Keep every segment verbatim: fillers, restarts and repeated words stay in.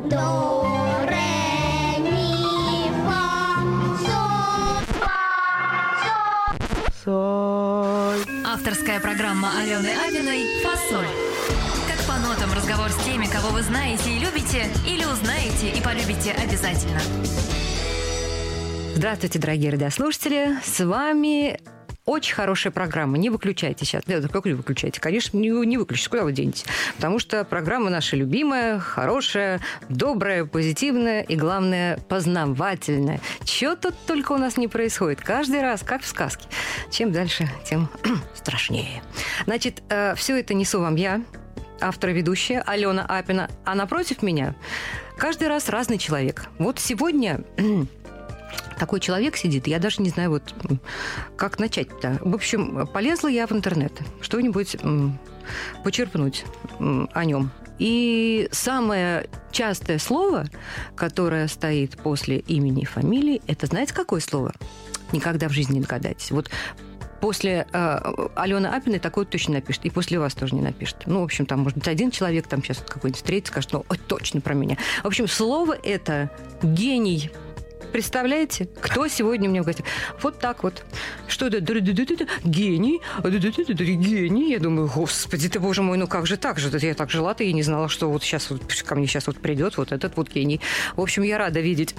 До, ре, ми, фа, соль, фа, соль. Авторская программа Алены Апиной «Фасоль». Как по нотам разговор с теми, кого вы знаете и любите, или узнаете и полюбите обязательно. Здравствуйте, дорогие радиослушатели. С вами очень хорошая программа. Не выключайте сейчас. Нет, как не выключайте? Конечно, не, не выключите. Куда вы денетесь? Потому что программа наша любимая, хорошая, добрая, позитивная и, главное, познавательная. Чего тут только у нас не происходит. Каждый раз, как в сказке. Чем дальше, тем страшнее. Значит, все это несу вам я, автор и ведущая Алена Апина. А напротив меня каждый раз разный человек. Вот сегодня... Такой человек сидит, я даже не знаю, вот как начать-то. В общем, полезла я в интернет, что-нибудь почерпнуть о нем. И самое частое слово, которое стоит после имени и фамилии, это знаете, какое слово? Никогда в жизни не догадаетесь. Вот после э, Алены Апиной такое точно напишет. И после вас тоже не напишет. Ну, в общем, там, может быть, один человек там сейчас какой-нибудь встретится, скажет, ну, точно про меня. В общем, слово это «гений». Представляете, кто сегодня у меня в гостях? Вот так вот. Что это? Гений. Гений. Я думаю, господи ты, боже мой, ну как же так же? Я так жила, и не знала, что вот сейчас вот ко мне сейчас вот придет вот этот вот гений. В общем, я рада видеть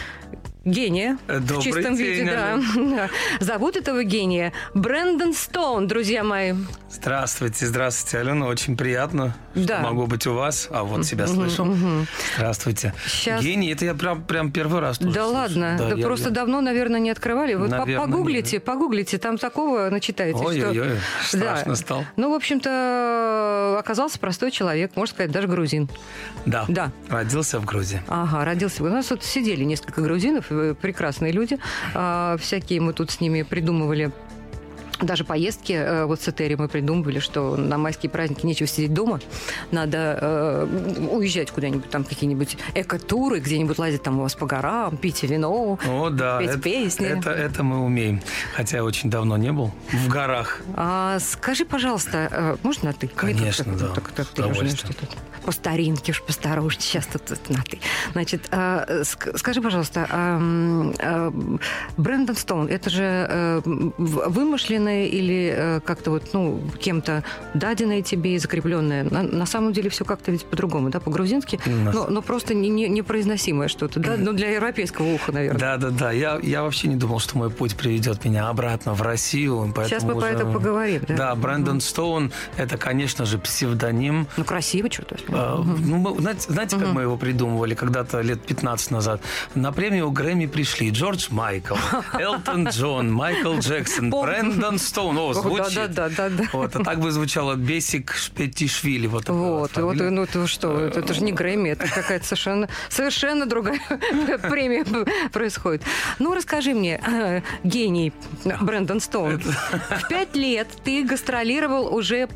гения. Добрый в чистом день, виде, да. Зовут этого гения Брэндон Стоун, друзья мои. Здравствуйте, здравствуйте, Алена. Очень приятно, да. что могу быть у вас. А вот себя слышу. Здравствуйте. Сейчас... Гений, это я прям, прям первый раз тоже Да слышу. ладно, да, да я, просто я... давно, наверное, не открывали. Вот наверное, погуглите, нет. погуглите, там такого начитаете. Ой-ой-ой, что... страшно да. стал. Ну, в общем-то, оказался простой человек, можно сказать, даже грузин. Да, да. Родился в Грузии. Ага, родился. У нас вот сидели несколько грузинов, прекрасные люди. Всякие мы тут с ними придумывали. Даже поездки вот с Этери мы придумывали, что на майские праздники нечего сидеть дома, надо э, уезжать куда-нибудь, там какие-нибудь эко-туры, где-нибудь лазить там у вас по горам, пить вино, О, да, петь это, песни. Это, это мы умеем, хотя я очень давно не был в горах. А, скажи, пожалуйста, можно на «ты»? Конечно, Нет, да. Так, так, ты уже, что тут? По старинке уж, посторожнее, сейчас тут, тут на «ты». Значит, а, скажи, пожалуйста, а, а, Брэндон Стоун, это же а, вымышленный или э, как-то вот, ну, кем-то даденное тебе и закрепленное. На, на самом деле все как-то ведь по-другому, да, по-грузински, но, но просто не, не, непроизносимое что-то, да, ну, для европейского уха, наверное. Да-да-да, я, я вообще не думал, что мой путь приведет меня обратно в Россию. Сейчас мы уже... по этому поговорим, да? Да, Брэндон Стоун, это, конечно же, псевдоним. Ну, красиво что-то. А, угу. Ну, мы, знаете, знаете, как угу. мы его придумывали когда-то лет пятнадцать назад? На премию Грэмми пришли Джордж Майкл, Элтон Джон, Майкл Джексон, Брэндон Стоун. О, звучит. Да, да, да, да. Вот, а так бы звучало Бесик Шпетишвили. Вот, вот, вот, ну это что, это, это же не Грэмми, это какая-то совершенно, совершенно другая премия происходит. Ну, расскажи мне, гений Брэндон Стоун, в пять лет ты гастролировал уже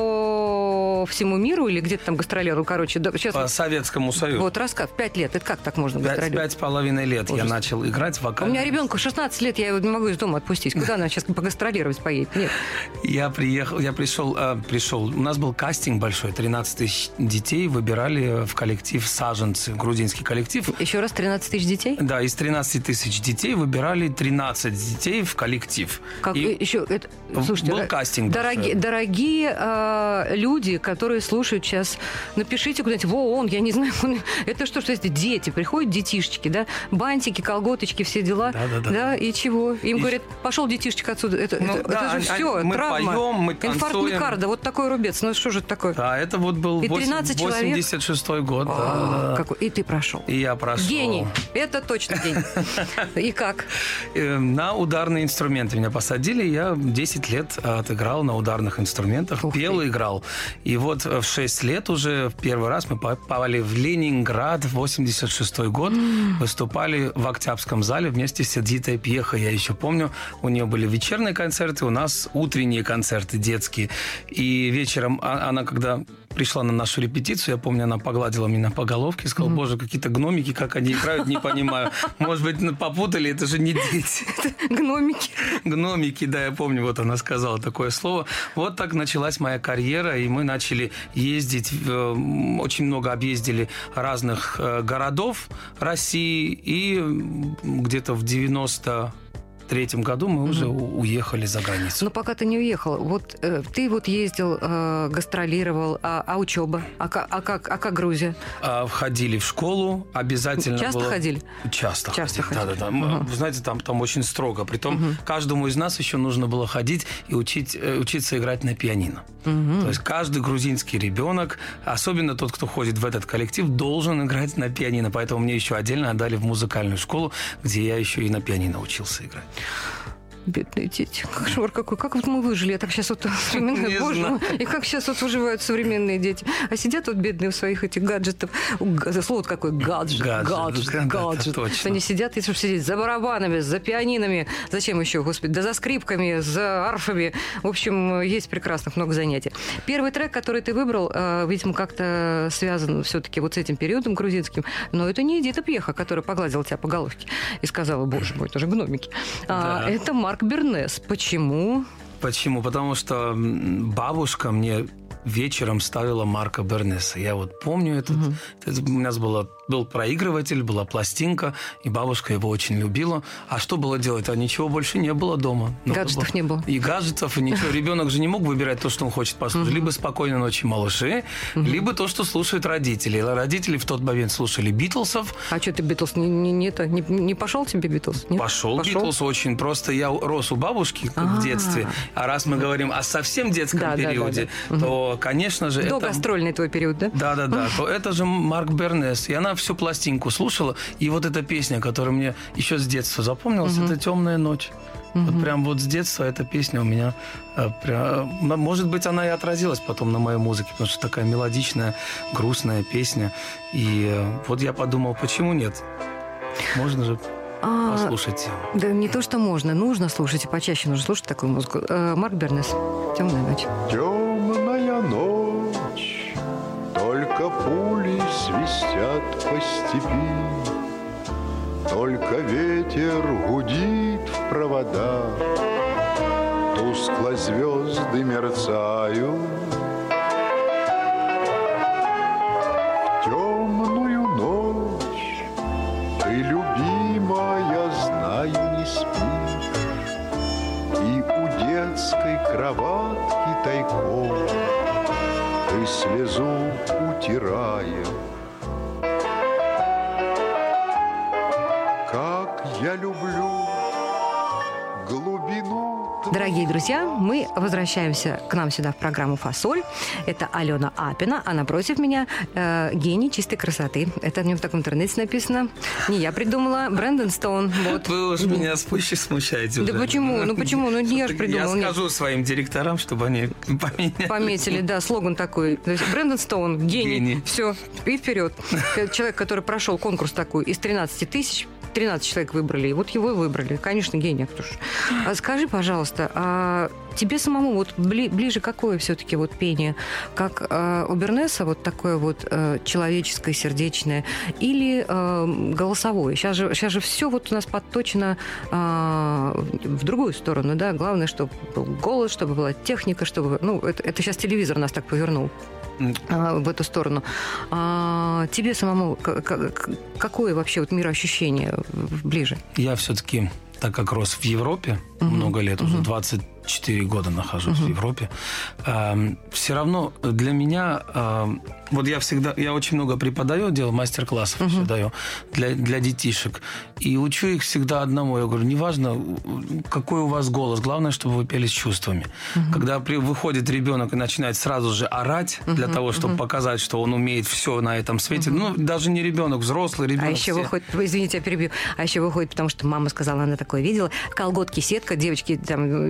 по всему миру или где-то там гастролировал, короче, да, сейчас... По Советскому Союзу. Вот, рассказ, в пять лет, это как так можно гастролировать? Пять с половиной лет Ужас. Я начал играть в вокал. У меня ребенку шестнадцать лет, я его не могу из дома отпустить. Куда она сейчас погастролировать поедет? Нет. Я приехал, я пришел, э, пришел. У нас был кастинг большой, тринадцать тысяч детей выбирали в коллектив «Саженцы», грузинский коллектив. Еще раз, тринадцать тысяч детей? Да, из тринадцати тысяч детей выбирали тринадцать детей в коллектив. Как и еще? Это, слушайте, был кастинг. Дорогие, дорогие э, люди, которые слушают сейчас, напишите куда-нибудь в ООН, я не знаю, это что, что это дети, приходят детишечки, да, бантики, колготочки, все дела, да, да, да. да и чего? Им и... говорят, пошел детишечка отсюда, это, ну, это, да, это же все, мы травма, поем, мы инфаркт миокарда, вот такой рубец, ну что же это такое? Да, это вот был восемьдесят шестой год. Да, да. Какой? И ты прошел. И я прошел. Гений, это точно гений. И как? На ударные инструменты меня посадили, я десять лет отыграл на ударных инструментах, Ух пел и играл. И вот в шесть лет уже в первый раз мы попали в Ленинград, восемьдесят шестой год, mm. выступали в Октябрьском зале вместе с Эдитой Пьехо. Я еще помню, у нее были вечерние концерты, концерты, у нас утренние концерты детские. И вечером она, когда пришла на нашу репетицию, я помню, она погладила меня по головке и сказала: боже, какие-то гномики, как они играют, не понимаю. Может быть, попутали, это же не дети. Гномики. Гномики, да, я помню, вот она сказала такое слово. Вот так началась моя карьера, и мы начали ездить, очень много объездили разных городов России, и где-то в девяносто третьем году мы уже угу. уехали за границу. Но пока ты не уехал, вот э, ты вот ездил, э, гастролировал, а, а учеба? А, а, как, а как Грузия? А, ходили в школу, обязательно Часто было... ходили? Часто, Часто ходили. ходили. Да, да, да. Угу. Вы знаете, там, там очень строго. Притом угу. каждому из нас еще нужно было ходить и учить, учиться играть на пианино. Угу. То есть каждый грузинский ребенок, особенно тот, кто ходит в этот коллектив, должен играть на пианино. Поэтому мне еще отдельно отдали в музыкальную школу, где я еще и на пианино учился играть. Бедные дети. Кошмар какой. Как вот мы выжили? Я так сейчас вот современные, боже мой. И как сейчас вот выживают современные дети? А сидят вот бедные у своих этих гаджетов. Слово какое? Гаджет. Гаджет. Гаджет. гаджет. Они сидят, если сидеть за барабанами, за пианинами. Зачем еще, господи? Да за скрипками, за арфами. В общем, есть прекрасных много занятий. Первый трек, который ты выбрал, видимо, как-то связан все-таки вот с этим периодом грузинским. Но это не Эдита Пьеха, которая погладила тебя по головке и сказала: боже мой, это же гномики. Да. А, это Марк Бернес. Почему? Почему? Потому что бабушка мне вечером ставила Марка Бернеса. Я вот помню этот. Угу. Это, у нас было, был проигрыватель, была пластинка, и бабушка его очень любила. А что было делать? А ничего больше не было дома. Надо гаджетов было... не было. И гаджетов, и ничего. Ребенок же не мог выбирать то, что он хочет послушать. Угу. Либо «Спокойной ночи, малыши», угу. либо то, что слушают родители. Родители в тот момент слушали Битлсов. А что ты Битлз не, не, не, не, не пошел тебе Битлз? Пошел Битлз очень. Просто я рос у бабушки А-а-а. в детстве. А раз мы говорим о совсем детском да, периоде, да, да, да. то конечно же, до это... гастрольный твой период, да? Да, да, да. То это же Марк Бернес. И она всю пластинку слушала. И вот эта песня, которая мне еще с детства запомнилась, угу. это «Темная ночь». Угу. Вот прям вот с детства эта песня у меня... Прям, может быть, она и отразилась потом на моей музыке, потому что такая мелодичная, грустная песня. И вот я подумал, почему нет? Можно же... А, послушайте. Да не то, что можно, нужно слушать, и почаще нужно слушать такую музыку. Марк Бернес, «Темная ночь». Темная ночь, только пули свистят по степи, только ветер гудит в провода, тускло звезды мерцают. В темную ночь ты, любимая, знаю, не спишь, и у детской кроватки тайком ты слезу утираешь. Как я люблю глубину. Дорогие друзья, мы возвращаемся к нам сюда в программу «Фасоль». Это Алена Апина, а напротив меня э, гений чистой красоты. Это не в таком интернете написано. Не я придумала, Брэндон Стоун. Вот. Вы уж меня спуще смущаете. Да уже. почему? Ну почему? Ну не я же придумала. Я скажу своим директорам, чтобы они поменяли. Пометили, да, слоган такой. То есть Брэндон Стоун, гений. гений. Все, и вперед. Человек, который прошел конкурс такой из тринадцати тысяч, тринадцать человек выбрали, и вот его выбрали. Конечно, гений. А скажи, пожалуйста, а тебе самому вот бли, ближе какое все-таки вот пение? Как э, у Бернеса вот такое вот э, человеческое, сердечное, или э, голосовое? Сейчас же, сейчас же все вот у нас подточено э, в другую сторону, да? Главное, чтобы был голос, чтобы была техника, чтобы... Ну, это, это сейчас телевизор нас так повернул в эту сторону. А тебе самому какое вообще вот мироощущение ближе? Я все-таки, так как рос в Европе uh-huh. много лет, uh-huh. уже двадцать четыре года нахожусь uh-huh. в Европе, э, все равно для меня... Э, вот я всегда... Я очень много преподаю, делаю мастер-классов, uh-huh. даю для, для детишек. И учу их всегда одному. Я говорю, неважно, какой у вас голос, главное, чтобы вы пели с чувствами. Uh-huh. Когда при, выходит ребенок и начинает сразу же орать, uh-huh. для того, чтобы uh-huh. показать, что он умеет все на этом свете. Uh-huh. Ну, даже не ребенок, взрослый ребенок. А еще все. выходит... Извините, я перебью. А еще выходит, потому что мама сказала, она такое видела, колготки, сетка, девочки там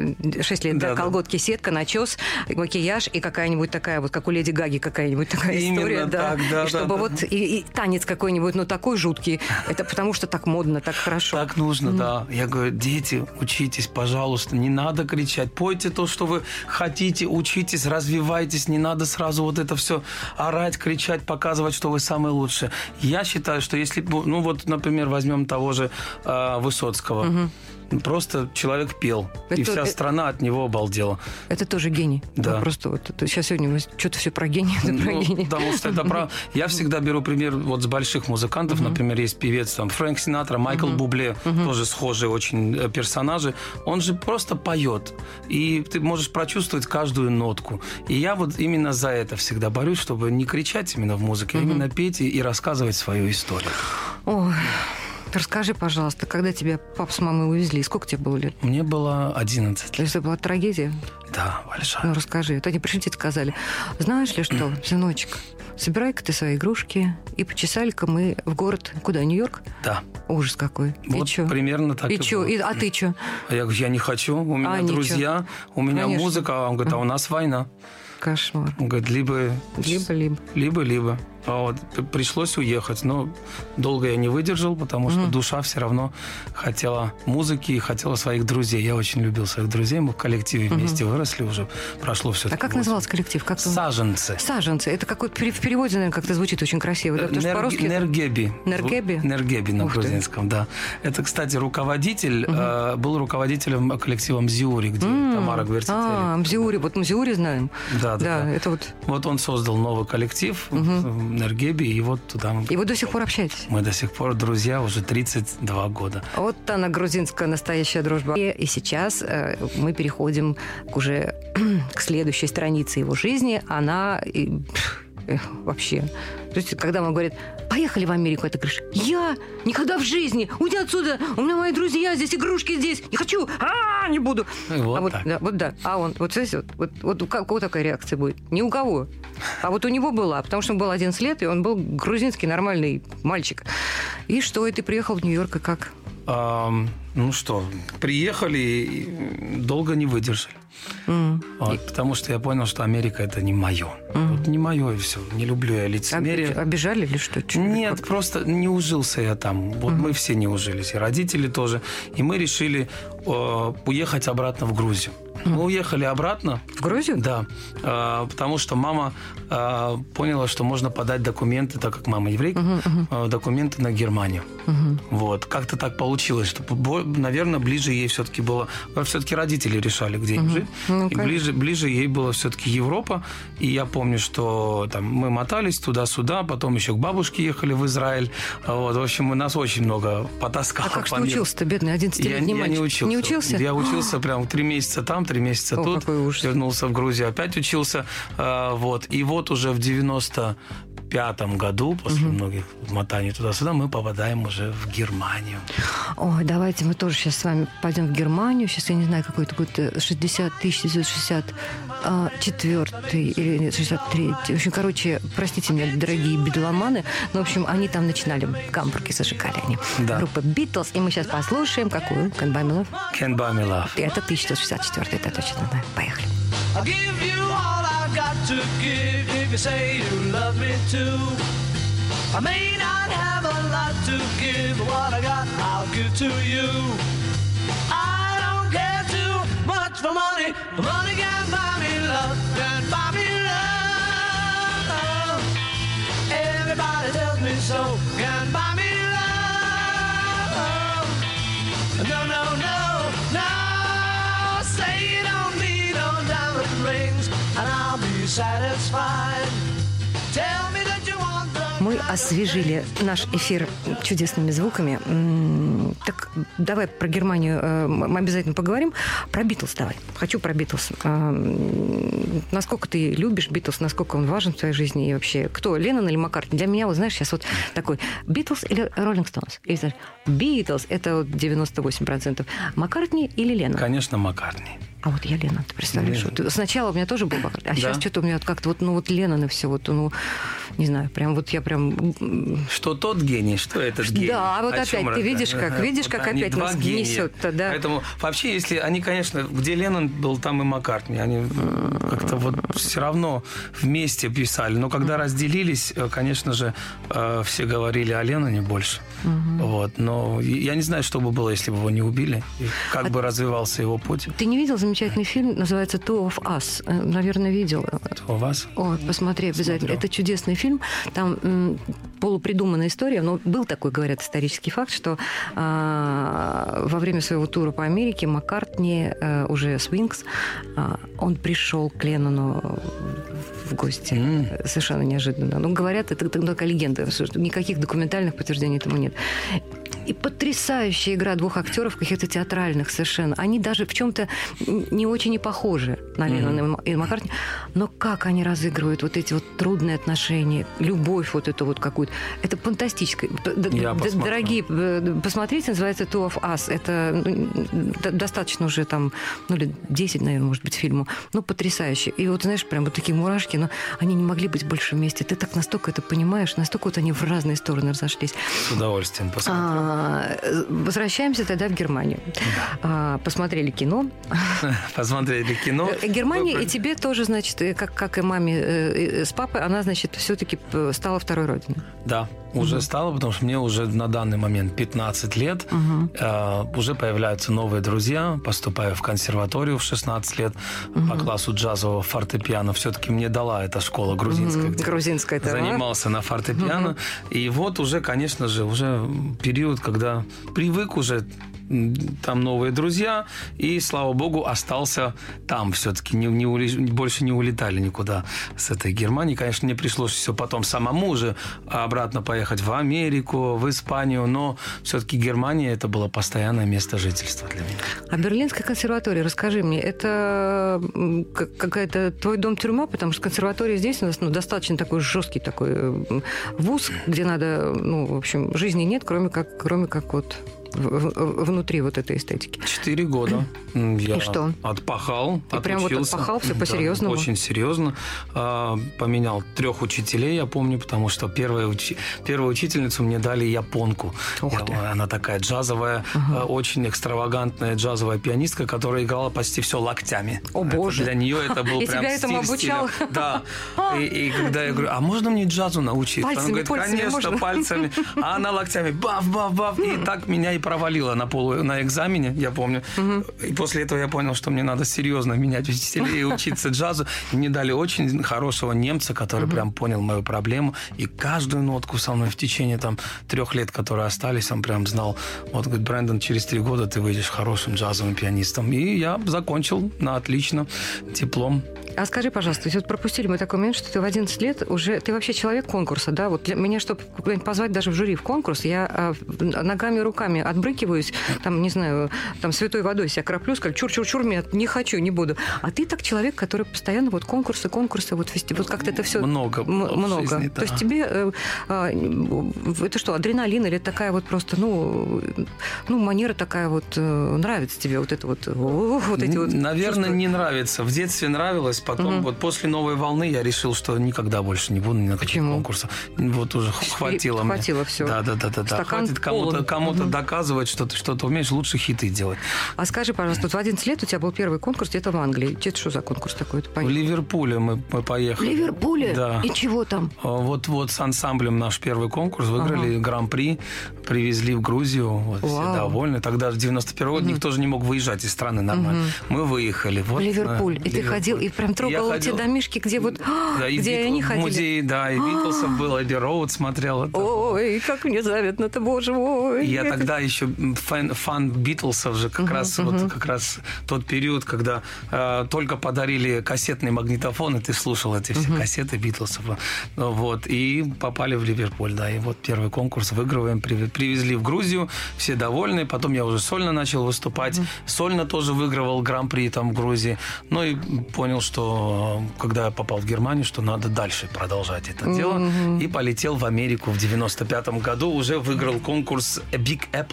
шесть лет, да, Да, да. колготки, сетка, начес, макияж и какая-нибудь такая вот, как у Леди Гаги какая-нибудь такая Именно история, да. так, да, И чтобы да, да. вот и, и танец какой-нибудь, ну такой жуткий, это потому что так модно, так хорошо. Так нужно, да. Я говорю, дети, учитесь, пожалуйста, не надо кричать. Пойте то, что вы хотите, учитесь, развивайтесь. Не надо сразу вот это все орать, кричать, показывать, что вы самые лучшие. Я считаю, что если, ну вот, например, возьмем того же э, Высоцкого. Угу. Просто человек пел, Это- и вся это- страна от него обалдела. Это тоже гений. Да. Ну, просто вот это- сейчас сегодня мы что-то все про гений, это про Ну, гений. потому что это про... Я всегда беру пример вот с больших музыкантов. Например, есть певец там Фрэнк Синатра, Майкл Бубле, тоже схожие очень э, персонажи. Он же просто поет. И ты можешь прочувствовать каждую нотку. И я вот именно за это всегда борюсь, чтобы не кричать именно в музыке, а именно петь и, и рассказывать свою историю. Ой, расскажи, пожалуйста, когда тебя папа с мамой увезли, сколько тебе было лет? Мне было одиннадцать То лет. есть это была трагедия? Да, большая. Ну, расскажи. Вот они пришли, тебе сказали, знаешь ли что, сыночек, собирай-ка ты свои игрушки и почесали-ка мы в город. Куда, Нью-Йорк? Да. Ужас какой. Вот и чё? примерно так И и чё? было. И, а ты что? А я говорю, я не хочу, у меня А, ничего. друзья, у меня Конечно. музыка. А он говорит, а у нас война. Кошмар. Он говорит, либо... Либо-либо. Либо-либо. А вот п- пришлось уехать. Но долго я не выдержал, потому что душа все равно хотела музыки и хотела своих друзей. Я очень любил своих друзей. Мы в коллективе вместе выросли уже. Прошло все. А как назывался коллектив? Как он? Саженцы. Саженцы. Это какой-то пере- в переводе, наверное, как-то звучит очень красиво. Да? Потому что Нерг- по-русски... Нергеби. Нергеби? Нергеби на Ух ты. грузинском, да. Это, кстати, руководитель, э, был руководителем коллектива Мзиури, где Тамара Гвертители. А, Мзиури. Вот Мзиури знаем. Да, да, Да, да. это вот... Вот он создал новый коллектив Нергеби, и вот туда мы... И вы до сих пор общаетесь? Мы до сих пор друзья уже тридцать два года. Вот она, грузинская настоящая дружба. И, и сейчас э, мы переходим к уже к следующей странице его жизни. Она и, пф, э, вообще... То есть, когда он говорит, поехали в Америку, а ты говоришь, я никогда в жизни, уйди отсюда, у меня мои друзья здесь, игрушки здесь, не хочу, а не буду. И вот а вот, так. да, вот да. А он, вот, смотрите, вот, вот, вот у ка- у кого такая реакция будет? Ни у кого. А вот у него была, потому что он был одиннадцать лет, и он был грузинский нормальный мальчик. И что, и ты приехал в Нью-Йорк, и как? Ам, ну что, приехали и долго не выдержали. М. Вот, потому что я понял, что Америка это не мое. Вот не мое, и все. Не люблю я лицемерие. Обиж- Обижали или что? Чё? Нет, просто не ужился я там. Вот мы все не ужились, и родители тоже. И мы решили э, уехать обратно в Грузию. Мы уехали обратно. В Грузию? Да, э, потому что мама э, поняла, что можно подать документы, так как мама еврейка, э, документы на Германию. Вот, как-то так получилось, что, бо- наверное, ближе ей все-таки было... Все-таки родители решали, где им жить. Ну, И конечно. ближе, ближе ей было все-таки Европа. И я помню, что там мы мотались туда-сюда, потом еще к бабушке ехали в Израиль. Вот, в общем, у нас очень много потаскало. А как же по ты миру. учился-то, бедный, Я, одиннадцатилетний я мальчик? не учился. Не учился? Я учился прям три месяца там, три месяца О, тут. какой ужас. Вернулся в Грузию, опять учился. А, вот. И вот уже в девяносто пятом году, после многих мотаний туда-сюда, мы попадаем уже в Германию. Ой, давайте мы тоже сейчас с вами пойдем в Германию. Сейчас я не знаю, какой-то будет шестьдесят, тысяча девятьсот шестьдесят четвёртый или нет, шестьдесят третий. В общем, короче, простите меня, дорогие битломаны, но, в общем, они там начинали в Гамбурге, зажигали они. Да. Группа Beatles. И мы сейчас послушаем, какую? Can't Buy Me Love. Can't buy me love. Это тысяча девятьсот шестьдесят четвёртый, это точно знаю. Поехали. I'll give you all I've got to give if you say you love me too. I may not have a lot to give, but what I got I'll give to you. I don't care too much for money, money can't buy me love, can't buy me love. Everybody tells me so, can't buy me love. No, no, no, no. Say you don't need no diamond rings, and I'll be satisfied. Tell me that you want the... Мы освежили наш эфир чудесными звуками. М, Так, давай про Германию э, мы обязательно поговорим. Про Битлз давай. Хочу про Битлз. Э, м, Насколько ты любишь Битлз, насколько он важен в твоей жизни и вообще? Кто, Леннон или Маккартни? Для меня, вот знаешь, сейчас вот такой Битлз или Роллинг Стоунс? Или знаешь, Битлз – это вот девяносто восемь процентов. Маккартни или Леннон? Конечно, Маккартни. А вот я Леннон, ты представляешь? Вот сначала у меня тоже был Маккартни, а Да. сейчас что-то у меня вот как-то вот, ну вот Леннон и все, вот, ну, не знаю, прям вот я прям... Что тот гений, что этот гений. Да, вот О опять, чем ты раз- видишь, как, видишь, Вот как они опять два нас гения. несет-то, да. Поэтому вообще, если они, конечно, где Леннон был, там и Маккартни, они как-то вот все равно вместе писали. Но когда разделились, конечно же, э, все говорили о Ленноне больше. Вот. Но я не знаю, что бы было, если бы его не убили, и как А бы развивался его путь. Ты не видел замечательный фильм, называется «Two of Us»? Э, Наверное, видел. У вас? Ой, посмотри обязательно. Смотрю. Это чудесный фильм. Там м, полупридуманная история, но был такой, говорят, исторический факт, что а, во время своего тура по Америке Маккартни, а, уже с Wings, а, он пришел к Леннону в гости. М. Совершенно неожиданно. Ну, говорят, это, это такая легенда, что никаких документальных подтверждений этому нет. И потрясающая игра двух актеров, каких-то театральных совершенно. Они даже в чем-то не очень и похожи на Леннона и Маккартни. Но как они разыгрывают вот эти вот трудные отношения, любовь вот эту вот какую-то. Это фантастическое. Д- Я д- посмотрю. Дорогие, э, посмотрите, называется «Two of Us». Это ну, д- достаточно уже там, ну, лет десять, наверное, может быть, фильму. Ну, потрясающе. И вот, знаешь, прям вот такие мурашки, но они не могли быть больше вместе. Ты так настолько это понимаешь, настолько вот они в разные стороны разошлись. С удовольствием посмотрю. А, Возвращаемся тогда в Германию. А, Посмотрели кино. Посмотрели кино. Э, Германия Выбрали. и тебе тоже, значит, э, как, как и маме э, э, с папой, она, значит, все-таки стала второй родиной. Да, уже стало, потому что мне уже на данный момент пятнадцать лет. Э, уже появляются новые друзья. Поступаю в консерваторию в шестнадцать лет по классу джазового фортепиано. Все-таки мне дала эта школа грузинская, где Грузинская. это, а? занимался на фортепиано. И вот уже, конечно же, уже период, когда привык уже, м, там новые друзья, и, слава богу, остался там все-таки. Не, не ули- больше не улетали никуда с этой Германии. Конечно, мне пришлось все потом самому уже обратно поехать в Америку, в Испанию, но все-таки Германия это было постоянное место жительства для меня. А Берлинская консерватория, расскажи мне, это м, как- какая-то твой дом-тюрьма, потому что консерватория здесь у нас ну, достаточно такой жесткий такой м, вуз, где надо, ну, в общем, жизни нет, кроме как, кроме как вот в- в- внутри вот этой эстетики. Четыре года м, я И что? отпахал, Ты прям вот отучился. отпахал всё Да, по-серьезному? очень серьезно. А, Поменял трех учителей, я помню, потому что первая, учи- первую учительницу мне дали японку. Ух Я- ты. Она такая джазовая, а, очень экстравагантная джазовая пианистка, которая играла почти все локтями. О, Это боже. Для нее это был Я прям тебя этому стиль стиля. обучала? Да. И, и когда я говорю, а можно мне джазу научиться? Пальцами, Она говорит, пальцами конечно, можно?» пальцами. А она локтями баф-баф-баф. И так меня и провалила на полу на экзамене, я помню. И после этого я понял, что мне надо серьезно менять учителей и учиться джазу. И мне дали очень хорошего немца, который прям понял мою проблему. И каждую нотку со мной в течение там трех лет, которые остались, он прям знал. Вот, говорит, Брэндон, через три года ты выйдешь хорошим джазовым пианистом. И я закончил на отлично диплом. А скажи, пожалуйста, ведь вот пропустили мы такой момент, что ты в одиннадцать лет уже... Ты вообще человек конкурса, да? Вот для меня, чтобы куда-нибудь позвать даже в жюри в конкурс, я а, ногами, руками отбрыкиваюсь, там, не знаю, там святой водой себя краплю, скажу, чур-чур-чур, меня не хочу, не буду. А ты так человек, который постоянно вот конкурсы, конкурсы, вот фестиваль, вот как-то это все... Много было в Много. жизни, То да. есть тебе... э, а, это что, адреналин или такая вот просто, ну, ну манера такая вот... э, нравится тебе вот это вот... о, вот эти вот Наверное, чувства? не нравится. В детстве нравилось, потом Мгм. вот после «Новой волны» я решил, что никогда больше не буду ни на каких Почему? конкурсах. Вот уже хватило мне. Хватило всё. Да, да, да, да, да. Стакан Хватит кому-то, полон. кому-то Мгм. доказывать, что ты что-то умеешь, лучше хиты делать. А скажи, пожалуйста, вот в одиннадцать лет у тебя был первый конкурс где-то в Англии. Это что за конкурс такой? Ты В понял? Ливерпуле мы, мы В поехали. Ливерпуле? Да. И чего там? А Вот, вот с ансамблем наш первый конкурс выиграли гран-при, привезли в Грузию, вот, все Вау. довольны. Тогда в девяносто первом году никто же не мог выезжать из страны нормально. Мы выехали. Вот, В Ливерпуль. на И ты Ливерпуль. ходил, и прям трогал Я эти ходил. домишки, где вот... Да, и где Битл- они в ходили. музее, да, и Битлсов был, Эбби Роуд смотрел. Это. Ой, как мне заветно-то, боже мой. Я Это- тогда еще фан, фан Битлсов же как раз вот как раз тот период, когда э, только подарили кассетный магнитофон, и ты слушал эти все кассеты Битлсов. Ну, вот, и попали в Ливерпуль, да. И вот первый конкурс выигрываем, приве- привезли в Грузию, все довольны. Потом я уже сольно начал выступать. Сольно тоже выигрывал гран-при там в Грузии. Ну и понял, что э, когда я попал в Германию, что надо дальше продолжать это дело. И полетел в Америку в девяносто пятом году. Уже выиграл конкурс A Big Apple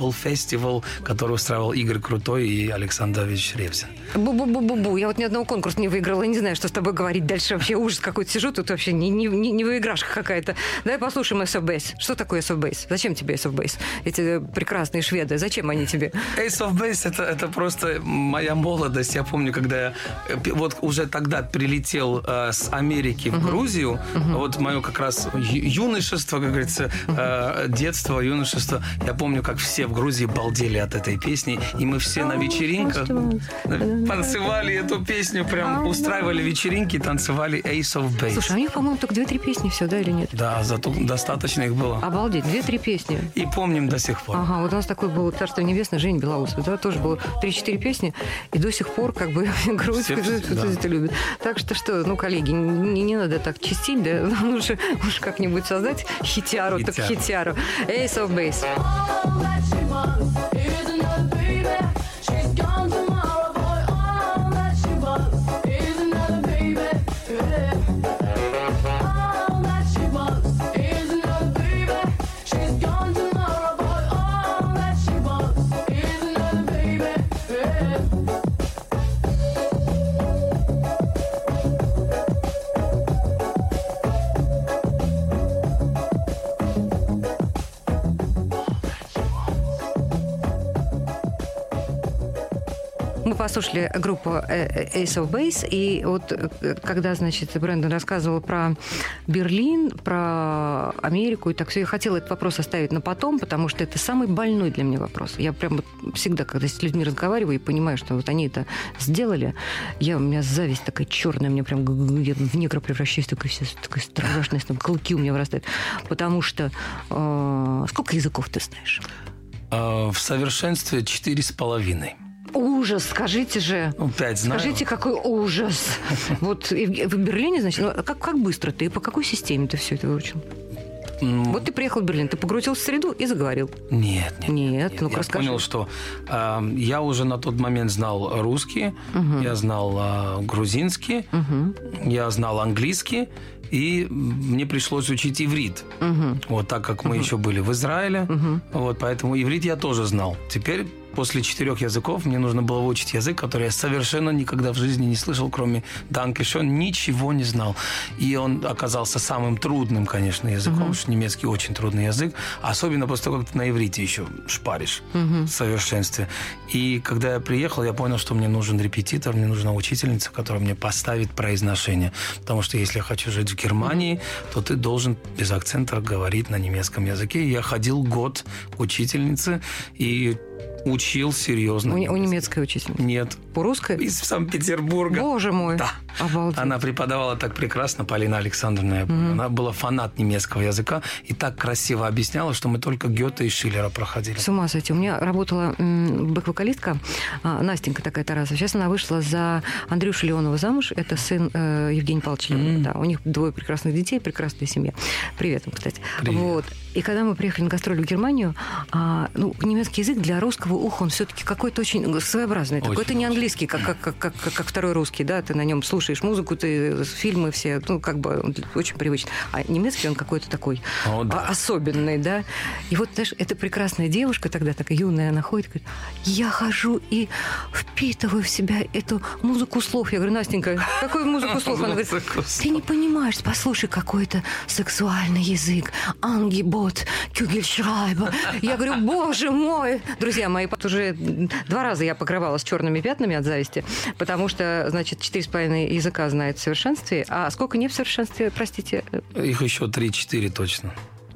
был фестиваль, который устраивал Игорь Крутой и Александр Давидович Ревзин. Бу-бу-бу-бу-бу. Я вот ни одного конкурса не выиграла. Я не знаю, что с тобой говорить дальше. Вообще ужас какой-то. Сижу тут вообще не, не, не, не выиграшка какая-то. Давай послушаем Ace of Base. Что такое Ace of Base? Зачем тебе Ace of Base? Эти прекрасные шведы. Зачем они тебе? Ace of Base это, это просто моя молодость. Я помню, когда я вот уже тогда прилетел э, с Америки в uh-huh. Грузию. Uh-huh. Вот мое как раз ю- юношество, как говорится, э, детство, юношество. Я помню, как все в Грузии балдели от этой песни. И мы все на вечеринках танцевали эту песню. Прям устраивали вечеринки, танцевали Ace of Base. Слушай, а у них, по-моему, только две-три песни все, да, или нет? Да, зато достаточно их было. Обалдеть, две-три песни. И помним до сих пор. Ага, вот у нас такой был «Царство небесное», Женя Белоусов, да, тоже было три-четыре песни, и до сих пор как бы Грузия это любит. Так что что, ну, коллеги, не, не надо так чистить, да, лучше уж как-нибудь создать хитяру, так хитяру. Ace of Base. Мы послушали группу Ace of Base, и вот когда, значит, Брэндон рассказывал про Берлин, про Америку и так все, я хотела этот вопрос оставить на потом, потому что это самый больной для меня вопрос. Я прям вот всегда, когда с людьми разговариваю и понимаю, что вот они это сделали, я, у меня зависть такая черная, мне прям я в негра превращаюсь, такая вся такая страшная, там клыки у меня вырастают, потому что э, сколько языков ты знаешь? В совершенстве четыре с половиной. Ужас, скажите же. Ну, пять знаю. Скажите, какой ужас. Вот в Берлине, значит, ну, как, как быстро ты, по какой системе ты все это выучил? Mm. Вот ты приехал в Берлин, ты погрузился в среду и заговорил. Нет, нет. Нет, нет. Ну-ка я расскажи. понял, что э, я уже на тот момент знал русский, uh-huh. я знал э, грузинский, uh-huh. я знал английский, и мне пришлось учить иврит. Uh-huh. Вот так как мы uh-huh. еще были в Израиле, uh-huh. вот поэтому иврит я тоже знал. Теперь после четырех языков мне нужно было выучить язык, который я совершенно никогда в жизни не слышал, кроме «Данкешон», ничего не знал. И он оказался самым трудным, конечно, языком, uh-huh. потому что немецкий очень трудный язык, особенно после того, как ты на иврите еще шпаришь uh-huh. в совершенстве. И когда я приехал, я понял, что мне нужен репетитор, мне нужна учительница, которая мне поставит произношение. Потому что если я хочу жить в Германии, uh-huh. то ты должен без акцента говорить на немецком языке. И я ходил год к учительнице и учил серьезно. У, у немецкой учительницы? Нет. По-русски? Из Санкт-Петербурга. Боже мой. Да. Обалдеть. Она преподавала так прекрасно, Полина Александровна. Mm-hmm. Она была фанат немецкого языка и так красиво объясняла, что мы только Гёте и Шиллера проходили. С ума сойти. У меня работала м- бэк-вокалистка Настенька такая Тарасова. Сейчас она вышла за Андрюшу Леонова замуж. Это сын э, Евгения Павловича Леонова. Mm-hmm. Да, у них двое прекрасных детей, прекрасная семья. Привет им, кстати. Привет. Вот. И когда мы приехали на гастроли в Германию, а, ну, немецкий язык для русского уха, он все-таки какой-то очень своеобразный. Очень, такой. Это не английский, как, как, как, как, как второй русский, да, ты на нем слушаешь музыку, ты фильмы все, ну, как бы очень привычно. А немецкий он какой-то такой О, да. особенный, да. И вот, знаешь, эта прекрасная девушка тогда, такая юная, она ходит, говорит, я хожу и впитываю в себя эту музыку слов. Я говорю, Настенька, какую музыку слов? Она говорит, ты не понимаешь, послушай, какой-то сексуальный язык, ангебот, кюгельшрайбер. Я говорю, боже мой! Друзья мои, уже два раза я покрывалась черными пятнами от зависти, потому что, значит, четыре с половиной языка знает в совершенстве. А сколько не в совершенстве, простите? Их еще три-четыре точно.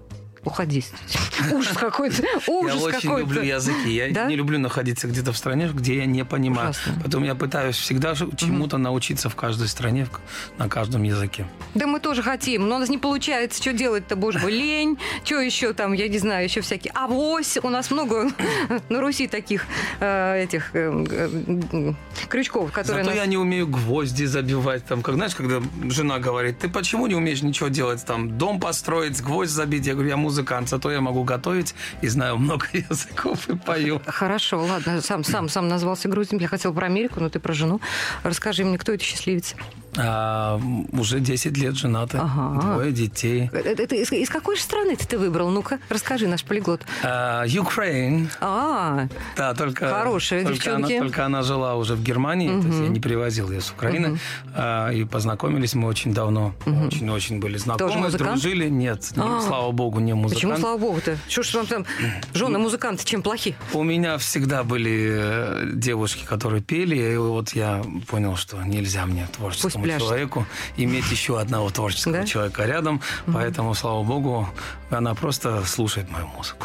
Уходи. Ужас какой-то. Ужас я очень какой-то. люблю языки. Я да? не люблю находиться где-то в стране, где я не понимаю. Ужасно. Поэтому я пытаюсь всегда чему-то mm-hmm. научиться в каждой стране, на каждом языке. Да мы тоже хотим, но у нас не получается. Что делать-то, боже мой, лень. Что еще там, я не знаю, еще всякие. Авось. У нас много на Руси таких э, этих э, э, крючков, которые... Зато нас... я не умею гвозди забивать. Там, как, знаешь, когда жена говорит, ты почему не умеешь ничего делать? Там, дом построить, гвоздь забить. Я говорю, я музыкант, зато я могу готовить и знаю много языков и пою. Хорошо, ладно. Сам, сам, сам назвался грузином. Я хотела про Америку, но ты про жену. Расскажи мне, кто это счастливец? А, уже десять лет женаты, Ага. двое детей. Это, это из, из какой же страны ты выбрал? Ну-ка, расскажи, наш полиглот. А, Ukraine. А, Да, только, Хорошие только девчонки. Она, только она жила уже в Германии, Мгм. то есть я не привозил ее с Украины. Мгм. А, и познакомились мы очень давно, очень-очень были знакомы, Тоже музыкант? дружили. Нет, не- А. слава богу, не музыкант. почему, слава богу-то? Что ж вам там, жены музыканты, чем плохи? У меня всегда были э, девушки, которые пели, и вот я понял, что нельзя мне, творческому пляшут. человеку, иметь еще одного творческого Да? человека рядом, поэтому, слава богу, она просто слушает мою музыку.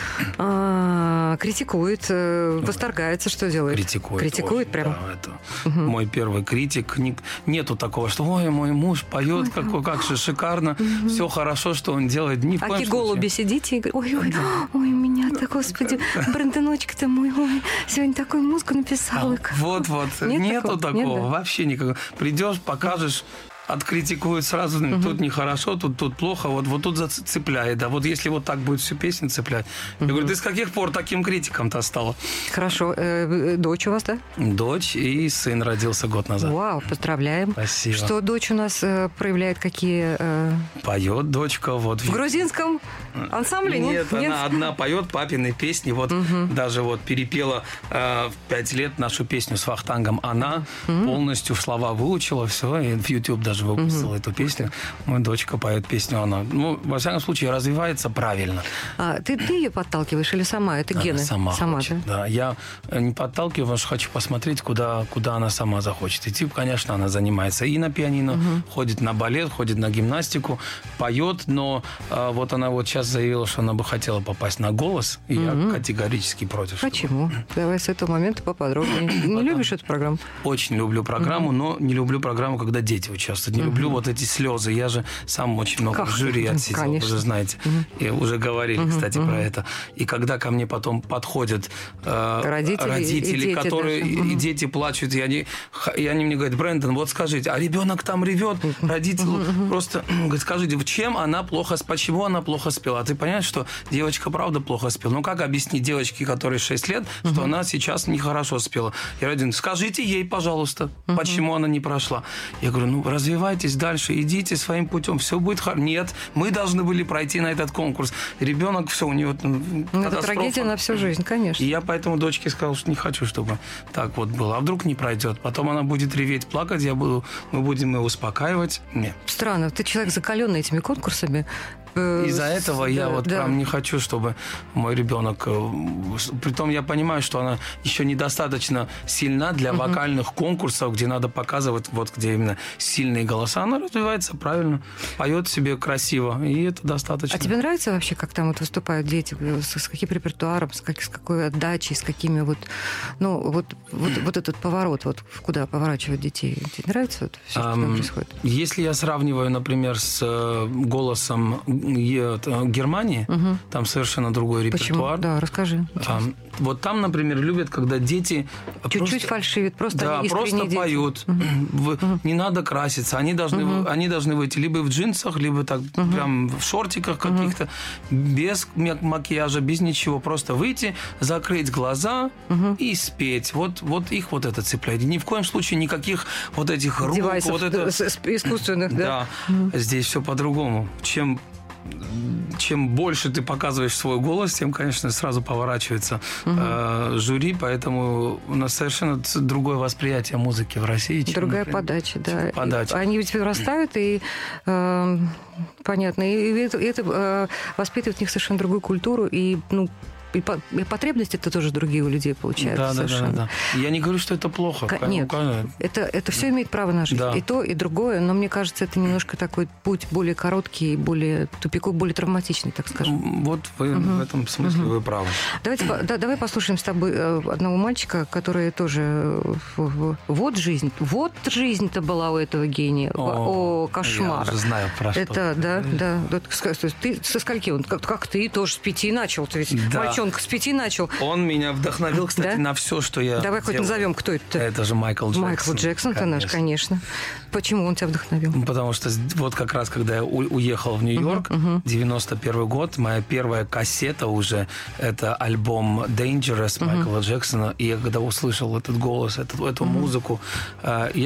А, критикует, э, восторгается, что делает? Критикует. Критикует очень, прям? да, это мой первый критик. Ни- Нету такого, что ой, мой муж поет, как, как же шикарно, все хорошо, что он делает. Ни в коем Аки случае. голуби сидите и говорите, ой, ой, ой, у меня-то, господи, Брендоночка-то мой, ой, сегодня такую музыку написал. Вот, вот. Нет Нету такого? Нет, такого. да? Вообще никакого. Придешь, покажешь, откритикуют сразу, тут нехорошо, тут, тут плохо, вот, вот тут зацепляет. Да, вот если вот так будет всю песню цеплять. Я говорю, ты с каких пор таким критиком-то стала? Хорошо. Э, дочь у вас, да? Дочь и сын родился год назад. Вау, поздравляем. Спасибо. Что дочь у нас э, проявляет какие... э, Поет дочка. Вот. в грузинском ансамбле? Нет, она одна поет папины песни. Вот даже вот перепела э, в пять лет нашу песню с Вахтангом. Она полностью слова выучила, все, и в YouTube даже выпустила эту песню. Моя дочка поет песню, она, ну, во всяком случае, развивается правильно. А, ты, ты ее подталкиваешь или сама? Это Она гены? сама, хочет, да? да. Я не подталкиваю, потому что хочу посмотреть, куда, куда она сама захочет идти. Конечно, она занимается и на пианино, ходит на балет, ходит на гимнастику, поет, но э, вот она вот сейчас заявила, что она бы хотела попасть на голос, и я категорически против. чтобы- Почему? Давай с этого момента поподробнее. Не любишь эту программу? Очень люблю программу, но не люблю программу, когда дети участвуют. Не люблю вот эти слезы. Я же сам очень много Как? в жюри отсидел, Конечно. вы же знаете. И уже говорили, кстати, про это. И когда ко мне потом подходят э, Родители и родители, дети которые даже. и, и дети плачут, и они, х- и они мне говорят, Брэндон, вот скажите, а ребенок там ревет, родитель просто говорит, скажите, в чем она плохо, с- почему она плохо спела? А ты понимаешь, что девочка правда плохо спела? Ну как объяснить девочке, которой шесть лет, что она сейчас нехорошо спела? Я говорю, скажите ей, пожалуйста, почему она не прошла? Я говорю, ну развивайтесь дальше, идите своим путем, все будет хорошо. Нет, мы должны были пройти на этот конкурс. Ребенок, все, у него там Ну, это катастрофа. трагедия на всю жизнь, конечно. И я поэтому дочке сказал, что не хочу, чтобы так вот было. А вдруг не пройдет? Потом она будет реветь, плакать, я буду, мы будем ее успокаивать. Нет. Странно, ты человек закаленный этими конкурсами. Э, Из-за с- этого я да, вот да. прям не хочу, чтобы мой ребенок... э, с- Притом я понимаю, что она еще недостаточно сильна для вокальных конкурсов, где надо показывать, вот где именно сильные голоса. Она развивается правильно, поет себе красиво, и это достаточно. А тебе нравится вообще, как там вот выступают дети? С, с каким репертуаром, с, как, с какой отдачей, с какими вот... Ну, вот, вот, вот этот поворот, вот куда поворачивают детей. Тебе нравится вот все, что там Ам, происходит? Если я сравниваю, например, с э, голосом е- т- Германии, там совершенно другой Почему? репертуар. Да, расскажи. Ам, вот там, например, любят, когда дети Чуть-чуть просто- фальшивит, просто да, они искренние просто дети. поют. В- Не надо краситься. Они должны, вы- они должны выйти либо в джинсах, либо так прям в шортиках каких-то, без ма- макияжа, без ничего. Просто выйти, закрыть глаза и спеть. Вот, вот их вот это цепляет. И ни в коем случае никаких вот этих рук, Девайсов вот это... с- с- искусственных, да? Да, здесь все по-другому. Чем чем больше ты показываешь свой голос, тем, конечно, сразу поворачивается э, жюри, поэтому у нас совершенно ц- другое восприятие музыки в России. чем, Другая например, подача, да. подача. И Они ведь вырастают, и э, понятно, и это, и это э, воспитывает в них совершенно другую культуру, и, ну, и, по- и потребности-то тоже другие у людей получаются Да, да, да, совершенно. да, да. Я не говорю, что это плохо. Ка- Ка- Нет, ка- это, это все имеет право на жизнь. Да. И то, и другое. Но мне кажется, это немножко такой путь более короткий, более тупиковый, более травматичный, так скажем. Вот вы в этом смысле вы правы. Давайте, по- да, давай послушаем с тобой э, одного мальчика, который тоже... э, в- в- Вот жизнь. Вот жизнь-то была у этого гения. О, кошмар. Я уже знаю, про что. Это, да, да. Вот ска- то есть ты со скольки? Он как, как ты тоже с пяти начал. Ты ведь Да. мальчонка с пяти начал. Он меня вдохновил, кстати, Да? на все, что я Давай хоть делаю. назовем, кто это. Это же Майкл Джексон. Майкл Джексон-то наш, конечно. Почему он тебя вдохновил? Ну, потому что с- вот как раз, когда я у- уехал в Нью-Йорк, девяносто первый год, моя первая кассета уже, это альбом Dangerous Майкла Джексона. И я когда услышал этот голос, эту, эту музыку, э, я